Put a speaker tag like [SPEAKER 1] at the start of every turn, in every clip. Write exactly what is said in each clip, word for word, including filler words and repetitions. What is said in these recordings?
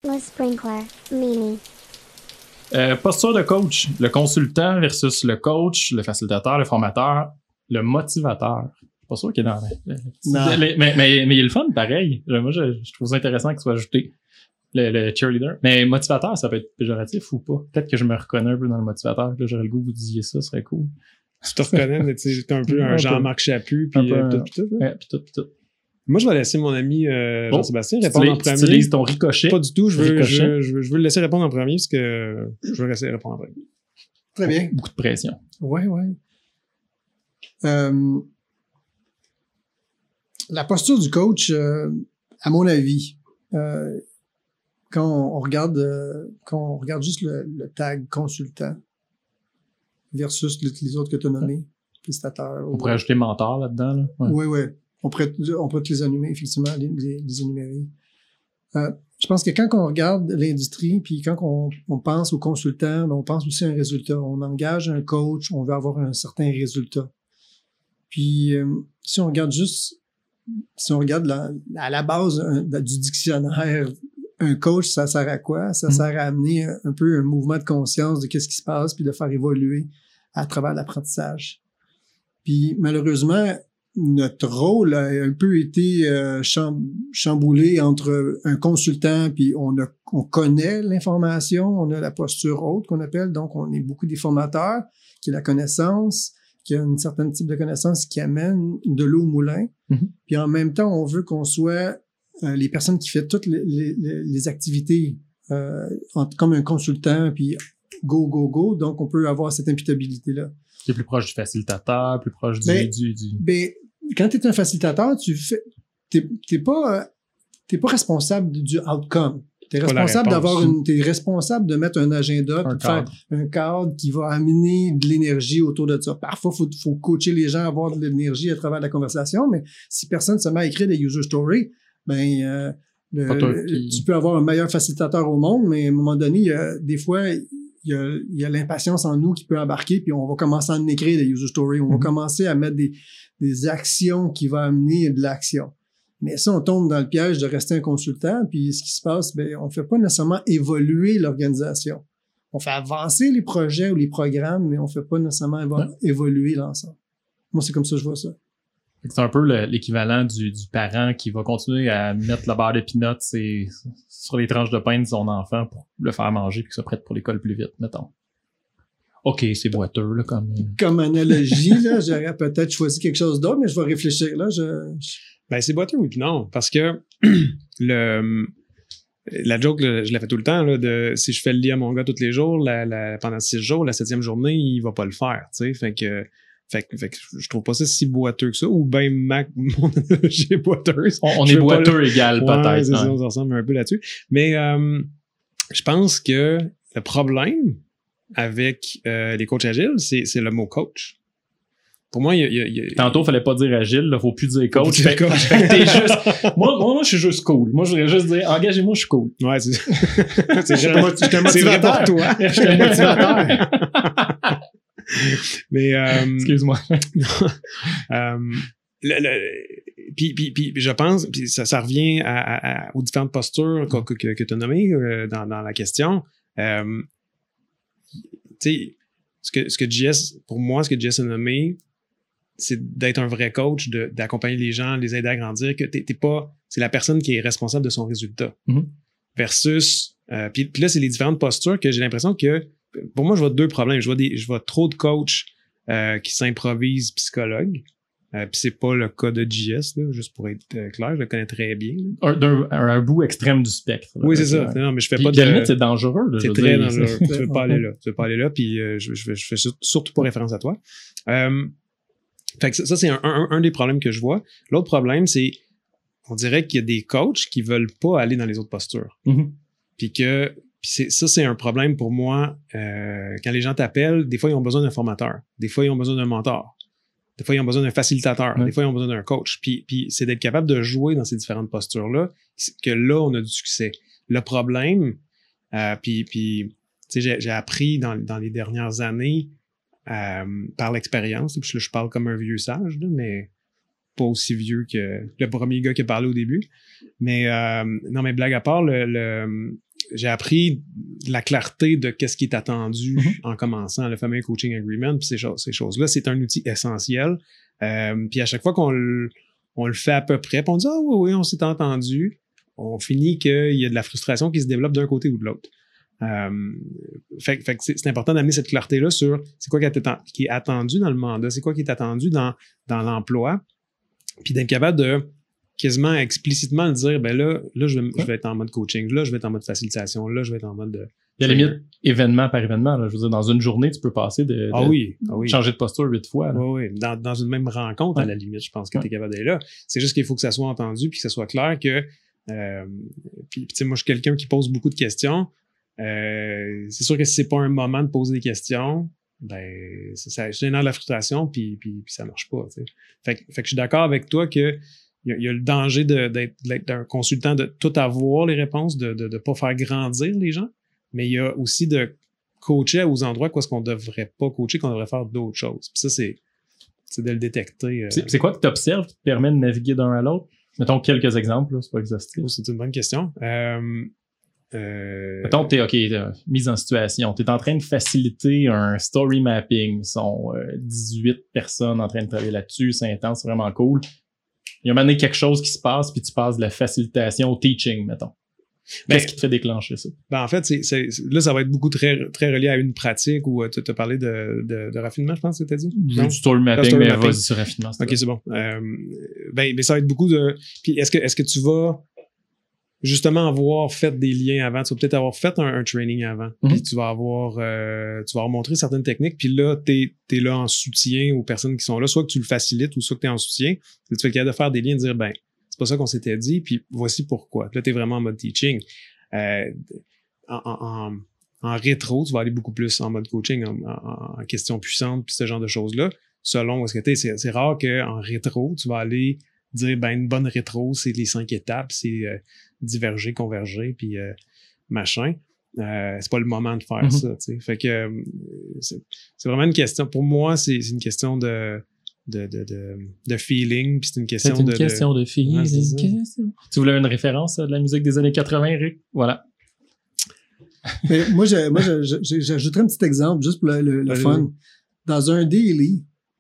[SPEAKER 1] Le sprinkler, Mimi.
[SPEAKER 2] Euh, posture de coach. Le consultant versus le coach, le facilitateur, le formateur, le motivateur. Je suis pas sûr qu'il est dans... Le, le, le, mais, mais, mais il est le fun, pareil. Moi, je, je trouve ça intéressant qu'il soit ajouté. Le, le cheerleader. Mais motivateur, ça peut être péjoratif ou pas. Peut-être que je me reconnais un peu dans le motivateur. Là, j'aurais le goût que vous disiez ça, ce serait cool.
[SPEAKER 3] Tu te reconnais, mais tu sais, t'es un peu un, un Jean-Marc Chaput, puis euh, tout, puis tout.
[SPEAKER 2] Ouais, puis tout, puis tout.
[SPEAKER 3] Moi, je vais laisser mon ami euh,
[SPEAKER 2] oh,
[SPEAKER 3] Jean-Sébastien répondre en premier.
[SPEAKER 2] Tu utilises ton ricochet.
[SPEAKER 3] Pas du tout. Je veux, je, je, veux, je veux le laisser répondre en premier parce que je veux laisser répondre en premier.
[SPEAKER 4] Très bien.
[SPEAKER 2] Beaucoup de pression.
[SPEAKER 4] Ouais, ouais. Euh, la posture du coach, euh, à mon avis, euh, quand on regarde, euh, quand on regarde juste le, le tag consultant versus les, les autres que tu as nommés, prestataires.
[SPEAKER 2] On pourrait ajouter mentor là-dedans. Là.
[SPEAKER 4] Ouais. Oui, oui. On pourrait, on pourrait te les énumérer, effectivement, les, les, les énumérer. Euh, je pense que quand on regarde l'industrie, puis quand on, on pense aux consultants, on pense aussi à un résultat. On engage un coach, on veut avoir un certain résultat. Puis, euh, si on regarde juste, si on regarde la, à la base un, du dictionnaire, un coach, ça sert à quoi? Ça mmh. sert à amener un, un peu un mouvement de conscience de qu'est-ce qui se passe, puis de faire évoluer à travers l'apprentissage. Puis, malheureusement, notre rôle a un peu été euh, chamboulé entre un consultant, puis on, a, on connaît l'information, on a la posture haute qu'on appelle, donc on est beaucoup des formateurs, qui a la connaissance, qui a une certaine type de connaissance qui amène de l'eau au moulin. Mm-hmm. Puis en même temps, on veut qu'on soit euh, les personnes qui font toutes les, les, les activités euh, en, comme un consultant, puis go, go, go. Donc, on peut avoir cette imputabilité-là.
[SPEAKER 2] Qui est plus proche du facilitateur, plus proche du...
[SPEAKER 4] Ben,
[SPEAKER 2] du, du...
[SPEAKER 4] Ben, quand tu es un facilitateur, tu fais, t'es, t'es pas, t'es pas responsable du outcome. T'es responsable d'avoir une, t'es responsable de mettre un agenda, puis de faire un cadre qui va amener de l'énergie autour de ça. Parfois, faut, faut coacher les gens à avoir de l'énergie à travers la conversation, mais si personne se met à écrire des user stories, ben, euh, le, le, tu peux avoir un meilleur facilitateur au monde, mais à un moment donné, il y a, des fois, il y a, il y a l'impatience en nous qui peut embarquer, puis on va commencer à en écrire des user stories. On mm-hmm. va commencer à mettre des, des actions qui vont amener de l'action. Mais ça, on tombe dans le piège de rester un consultant, puis ce qui se passe, ben, on fait pas nécessairement évoluer l'organisation. On fait avancer les projets ou les programmes, mais on fait pas nécessairement évo- ouais. évoluer l'ensemble. Moi, c'est comme ça que je vois ça.
[SPEAKER 2] C'est un peu le, l'équivalent du, du parent qui va continuer à mettre la barre de peanuts et, sur les tranches de pain de son enfant pour le faire manger puis qu'il soit prêt pour l'école plus vite, mettons. OK, c'est boiteux, là, comme...
[SPEAKER 4] Comme analogie, là, j'aurais peut-être choisi quelque chose d'autre, mais je vais réfléchir, là, je...
[SPEAKER 3] Ben, c'est boiteux, oui, puis non, parce que le... La joke, là, je la fais tout le temps, là, de si je fais le lit à mon gars tous les jours, la, la, pendant six jours, la septième journée, il va pas le faire, tu sais, fait que... Fait que, fait que je trouve pas ça si boiteux que ça, ou ben ma, mon analogie est boiteuse.
[SPEAKER 2] On, on est boiteux le... égal,
[SPEAKER 3] ouais,
[SPEAKER 2] peut-être.
[SPEAKER 3] C'est
[SPEAKER 2] hein.
[SPEAKER 3] ça, on s'en ressemble un peu là-dessus. Mais euh, je pense que le problème avec euh, les coachs agiles, c'est, c'est le mot coach. Pour moi, il y a... Y a, y a
[SPEAKER 2] Tantôt, il fallait pas dire agile, il faut plus dire coach.
[SPEAKER 3] Plus dire coach.
[SPEAKER 2] Fait, t'es juste... moi, moi, moi, je suis juste cool. Moi, je voudrais juste dire, engagez-moi, je suis cool.
[SPEAKER 3] Ouais, c'est c'est, c'est, vrai, c'est vrai pour toi.
[SPEAKER 2] Je suis un motivateur.
[SPEAKER 3] Mais euh,
[SPEAKER 2] excuse-moi.
[SPEAKER 3] euh, le, le, puis, puis, puis je pense, puis ça, ça revient à, à, à, aux différentes postures que, que, que tu as nommées euh, dans, dans la question. Euh, tu sais, ce que, ce que J S, pour moi, ce que J S a nommé, c'est d'être un vrai coach, de, d'accompagner les gens, les aider à grandir, que t'es, t'es pas, c'est la personne qui est responsable de son résultat. Mm-hmm. Versus, euh, puis, puis là, c'est les différentes postures que j'ai l'impression que pour moi, je vois deux problèmes. Je vois des, je vois trop de coachs euh, qui s'improvisent psychologues. Euh, Puis c'est pas le cas de J S, là, juste pour être euh, clair, je le connais très bien.
[SPEAKER 2] Un, un, un bout extrême du spectre. Là,
[SPEAKER 3] oui, c'est ça. Non, mais je fais
[SPEAKER 2] puis
[SPEAKER 3] pas de.
[SPEAKER 2] La limite, c'est dangereux. Là,
[SPEAKER 3] c'est très dire, dangereux. Tu veux pas aller là. Tu veux pas aller là. Puis euh, je, je, je fais surtout pas référence à toi. Euh, fait que ça, ça c'est un, un, un des problèmes que je vois. L'autre problème, c'est on dirait qu'il y a des coachs qui veulent pas aller dans les autres postures. Mm-hmm. Puis que Puis c'est, ça, c'est un problème pour moi. Euh, quand les gens t'appellent, des fois, ils ont besoin d'un formateur. Des fois, ils ont besoin d'un mentor. Des fois, ils ont besoin d'un facilitateur. Ouais. Des fois, ils ont besoin d'un coach. Puis, puis c'est d'être capable de jouer dans ces différentes postures-là que là, on a du succès. Le problème, euh, puis, puis tu sais, j'ai, j'ai appris dans, dans les dernières années euh, par l'expérience, puis là, je parle comme un vieux sage, là, mais pas aussi vieux que le premier gars qui a parlé au début. Mais euh, non, mais blague à part, le... le j'ai appris la clarté de qu'est-ce qui est attendu
[SPEAKER 2] Mm-hmm.
[SPEAKER 3] en commençant, le fameux coaching agreement, puis ces, choses, ces choses-là, c'est un outil essentiel. Euh, puis à chaque fois qu'on le, on le fait à peu près, puis on dit « Ah oui, oui, on s'est entendu », on finit qu'il y a de la frustration qui se développe d'un côté ou de l'autre. Euh, fait, fait que c'est, c'est important d'amener cette clarté-là sur c'est quoi qui est, atten- qui est attendu dans le mandat, c'est quoi qui est attendu dans, dans l'emploi, puis d'être capable de quasiment explicitement le dire, ben là, là je, vais, je vais être en mode coaching, là, je vais être en mode facilitation, là, je vais être en mode de...
[SPEAKER 2] Il y a la limite événement par événement. Là. Je veux dire, dans une journée, tu peux passer de, de
[SPEAKER 3] Ah oui, ah oui.
[SPEAKER 2] changer de posture huit fois. Là.
[SPEAKER 3] Oui, oui. Dans, dans une même rencontre,
[SPEAKER 2] Ouais.
[SPEAKER 3] à la limite, je pense que
[SPEAKER 2] Ouais.
[SPEAKER 3] tu es capable d'aller là. C'est juste qu'il faut que ça soit entendu puis que ça soit clair que... Euh, puis, tu sais, moi, je suis quelqu'un qui pose beaucoup de questions. Euh, c'est sûr que si c'est pas un moment de poser des questions, ben, ça, ça génère de la frustration puis, puis, puis ça marche pas, tu sais. Fait, que- fait que je suis d'accord avec toi que il y, a, il y a le danger de, d'être, d'être un consultant, de tout avoir les réponses, de ne de, de pas faire grandir les gens, mais il y a aussi de coacher aux endroits quoi ce qu'on devrait pas coacher, qu'on devrait faire d'autres choses. Puis ça, c'est, c'est de le détecter. euh.
[SPEAKER 2] C'est, c'est quoi que tu observes qui te permet de naviguer d'un à l'autre? Mettons quelques exemples, là, c'est pas exhaustif.
[SPEAKER 3] Oh, c'est une bonne question. Euh, euh,
[SPEAKER 2] Mettons, t'es, OK, t'es, mise en situation. T'es en train de faciliter un story mapping. Ils sont euh, dix-huit personnes en train de travailler là-dessus. C'est intense, c'est vraiment cool. Il y a un moment donné quelque chose qui se passe, puis tu passes de la facilitation au teaching, mettons.
[SPEAKER 3] Ben,
[SPEAKER 2] Qu'est-ce qui te fait déclencher ça?
[SPEAKER 3] Ben en fait, c'est, c'est, là, ça va être beaucoup très, très relié à une pratique où tu as parlé de, de, de raffinement, je pense que tu as dit. Non?
[SPEAKER 2] Du story mapping,
[SPEAKER 3] story
[SPEAKER 2] mais
[SPEAKER 3] mapping.
[SPEAKER 2] vas-y sur raffinement.
[SPEAKER 3] Ok, c'est bon. Euh, ben, ben, ça va être beaucoup de. Puis est-ce que, est-ce que tu vas justement avoir fait des liens avant? Tu vas peut-être avoir fait un, un training avant.
[SPEAKER 2] Mm-hmm.
[SPEAKER 3] Puis tu vas avoir, euh, tu vas avoir montré certaines techniques. Puis là, t'es, t'es là en soutien aux personnes qui sont là. Soit que tu le facilites ou soit que t'es en soutien. Tu fais le cas de faire des liens et de dire, ben, c'est pas ça qu'on s'était dit. Puis voici pourquoi. Là, t'es vraiment en mode teaching. Euh, en, en, en, en rétro, tu vas aller beaucoup plus en mode coaching, en, en, en questions puissantes, puis ce genre de choses-là. Selon où est-ce que t'es, c'est, c'est rare qu'en rétro, tu vas aller dire, ben, une bonne rétro, c'est les cinq étapes, c'est euh, diverger, converger, puis euh, machin. Euh, c'est pas le moment de faire
[SPEAKER 2] Mm-hmm.
[SPEAKER 3] ça, tu sais. Fait que euh, c'est, c'est vraiment une question. Pour moi, c'est, c'est une question de de, de, de, de feeling, puis c'est une question
[SPEAKER 2] C'est une
[SPEAKER 3] de...
[SPEAKER 2] question de, de feeling.
[SPEAKER 3] Ouais, c'est ça.
[SPEAKER 2] Question. Tu voulais une référence à de la musique des années quatre-vingts, Rick? Voilà.
[SPEAKER 4] Mais moi, j'ai- moi j'ai- j'ai- j'ajouterais un petit exemple juste pour le, le- le
[SPEAKER 3] Allez,
[SPEAKER 4] fun.
[SPEAKER 3] oui.
[SPEAKER 4] Dans un daily,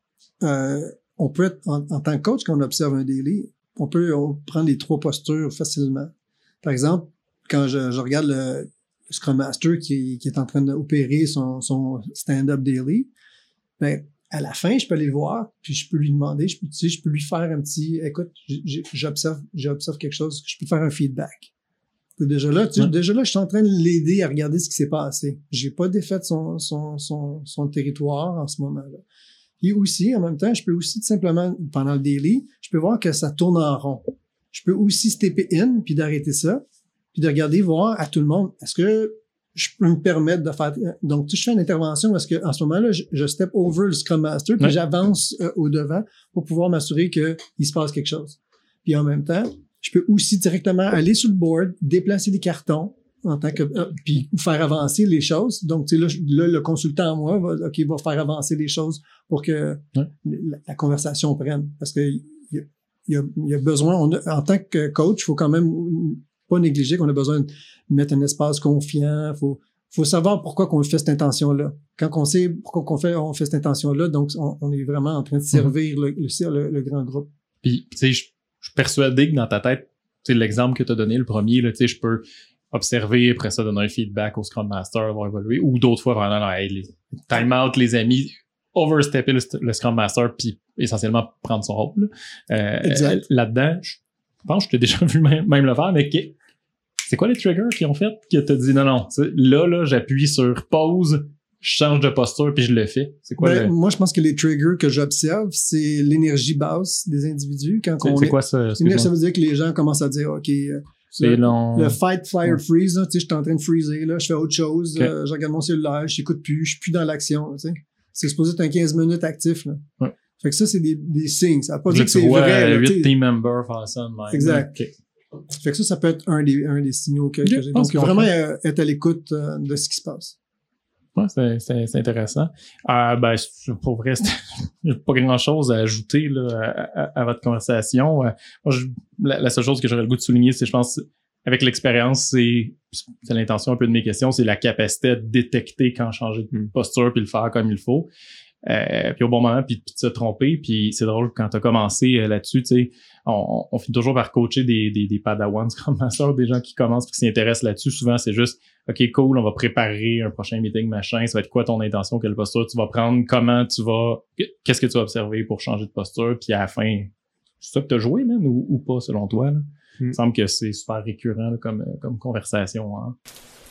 [SPEAKER 4] euh, on peut être, en, en tant que coach, quand on observe un daily, on peut on prend les trois postures facilement. Par exemple, quand je, je regarde le, le Scrum Master qui, qui est en train d'opérer son, son stand-up daily, ben, à la fin, je peux aller le voir, puis je peux lui demander, je peux, tu sais, je peux lui faire un petit, écoute, j- j'observe, j'observe quelque chose, je peux faire un feedback. Déjà là, tu sais,
[SPEAKER 2] Ouais.
[SPEAKER 4] déjà là, je suis en train de l'aider à regarder ce qui s'est passé. J'ai pas défait son, son, son, son territoire en ce moment-là. Et aussi, en même temps, je peux aussi tout simplement, pendant le daily, je peux voir que ça tourne en rond. Je peux aussi stepper in, puis d'arrêter ça, puis de regarder, voir à tout le monde, est-ce que je peux me permettre de faire... Donc, tu sais, je fais une intervention parce que en ce moment-là, je, je step over le Scrum Master, puis
[SPEAKER 2] Ouais.
[SPEAKER 4] j'avance euh, au devant pour pouvoir m'assurer qu'il se passe quelque chose. Puis en même temps, je peux aussi directement aller sur le board, déplacer les cartons en tant que euh, puis faire avancer les choses. Donc, tu sais, là, je- là, le consultant en moi va, ok, va faire avancer les choses pour que
[SPEAKER 2] Ouais.
[SPEAKER 4] la, la conversation prenne. Parce que il y a, il y a, il y a besoin, on a- en tant que coach, il faut quand même pas négliger qu'on a besoin de mettre un espace confiant. Faut, faut savoir pourquoi qu'on fait cette intention-là. Quand on sait pourquoi qu'on fait, on fait cette intention-là, donc on, on est vraiment en train de servir le, le, le, le grand groupe.
[SPEAKER 2] Puis, tu sais, je je suis persuadé que dans ta tête, tu sais, l'exemple que tu as donné, le premier, là, tu sais, je peux observer, après ça, donner un feedback au Scrum Master, voir évoluer, ou d'autres fois, vraiment, non, hey, les time out, les amis, overstepper le, le Scrum Master, puis essentiellement prendre son rôle. Euh,
[SPEAKER 4] Exact.
[SPEAKER 2] Là-dedans, je pense que je t'ai déjà vu même, même le faire, mais que- c'est quoi les triggers qui ont fait que t'as dit non, non, tu sais, là, là, j'appuie sur pause, je change de posture, puis je le fais. C'est quoi
[SPEAKER 4] Ben,
[SPEAKER 2] le...
[SPEAKER 4] moi, je pense que les triggers que j'observe, c'est l'énergie basse des individus. Quand
[SPEAKER 2] C'est,
[SPEAKER 4] on
[SPEAKER 2] c'est
[SPEAKER 4] est-
[SPEAKER 2] quoi ça?
[SPEAKER 4] L'énergie, ça
[SPEAKER 2] excuse-moi?
[SPEAKER 4] veut dire que les gens commencent à dire, OK, euh,
[SPEAKER 2] C'est
[SPEAKER 4] le,
[SPEAKER 2] long.
[SPEAKER 4] le fight, fire,
[SPEAKER 2] Ouais.
[SPEAKER 4] freeze, là, tu sais, je suis en train de freezer, là, je fais autre chose,
[SPEAKER 2] Ok.
[SPEAKER 4] euh, je regarde mon cellulaire, je n'écoute plus, je suis plus dans l'action, tu sais. C'est supposé être un quinze minutes actif, là.
[SPEAKER 2] Ouais.
[SPEAKER 4] Fait que ça, c'est des, des signes. Ça veut pas
[SPEAKER 2] Là,
[SPEAKER 4] dire que
[SPEAKER 2] tu
[SPEAKER 4] c'est
[SPEAKER 2] vois
[SPEAKER 4] vrai, là, tu
[SPEAKER 2] huit
[SPEAKER 4] sais.
[SPEAKER 2] team members faire ça de même.
[SPEAKER 4] Exact.
[SPEAKER 2] Ok.
[SPEAKER 4] Fait que ça, ça peut être un des, un des signaux que,
[SPEAKER 2] Ok,
[SPEAKER 4] que
[SPEAKER 2] je
[SPEAKER 4] j'ai.
[SPEAKER 2] pense
[SPEAKER 4] Donc,
[SPEAKER 2] qu'on
[SPEAKER 4] vraiment
[SPEAKER 2] fait.
[SPEAKER 4] euh, être à l'écoute euh, de ce qui se passe.
[SPEAKER 2] Ouais, c'est, c'est, c'est intéressant. Euh, ben, c'est- pour vrai, c'est- j'ai pas grand chose à ajouter là, à, à- à votre conversation. Euh, moi, je- la, la seule chose que j'aurais le goût de souligner, c'est, je pense, avec l'expérience, c'est c'est l'intention un peu de mes questions, c'est la capacité de détecter quand changer de posture puis le faire comme il faut. Euh, puis au bon moment, puis, puis de se tromper. Puis c'est drôle, quand t'as commencé euh, là-dessus, tu sais, on, on finit toujours par coacher des, des, des padawans, comme ma soeur, des gens qui commencent et qui s'intéressent là-dessus. Souvent, c'est juste, OK, cool, on va préparer un prochain meeting, machin. Ça va être quoi ton intention, quelle posture tu vas prendre, comment tu vas, qu'est-ce que tu vas observer pour changer de posture. Puis à la fin, c'est ça que t'as joué, même, ou, ou pas, selon toi, là? Mm. Il me semble que c'est super récurrent là, comme, comme conversation. Hein?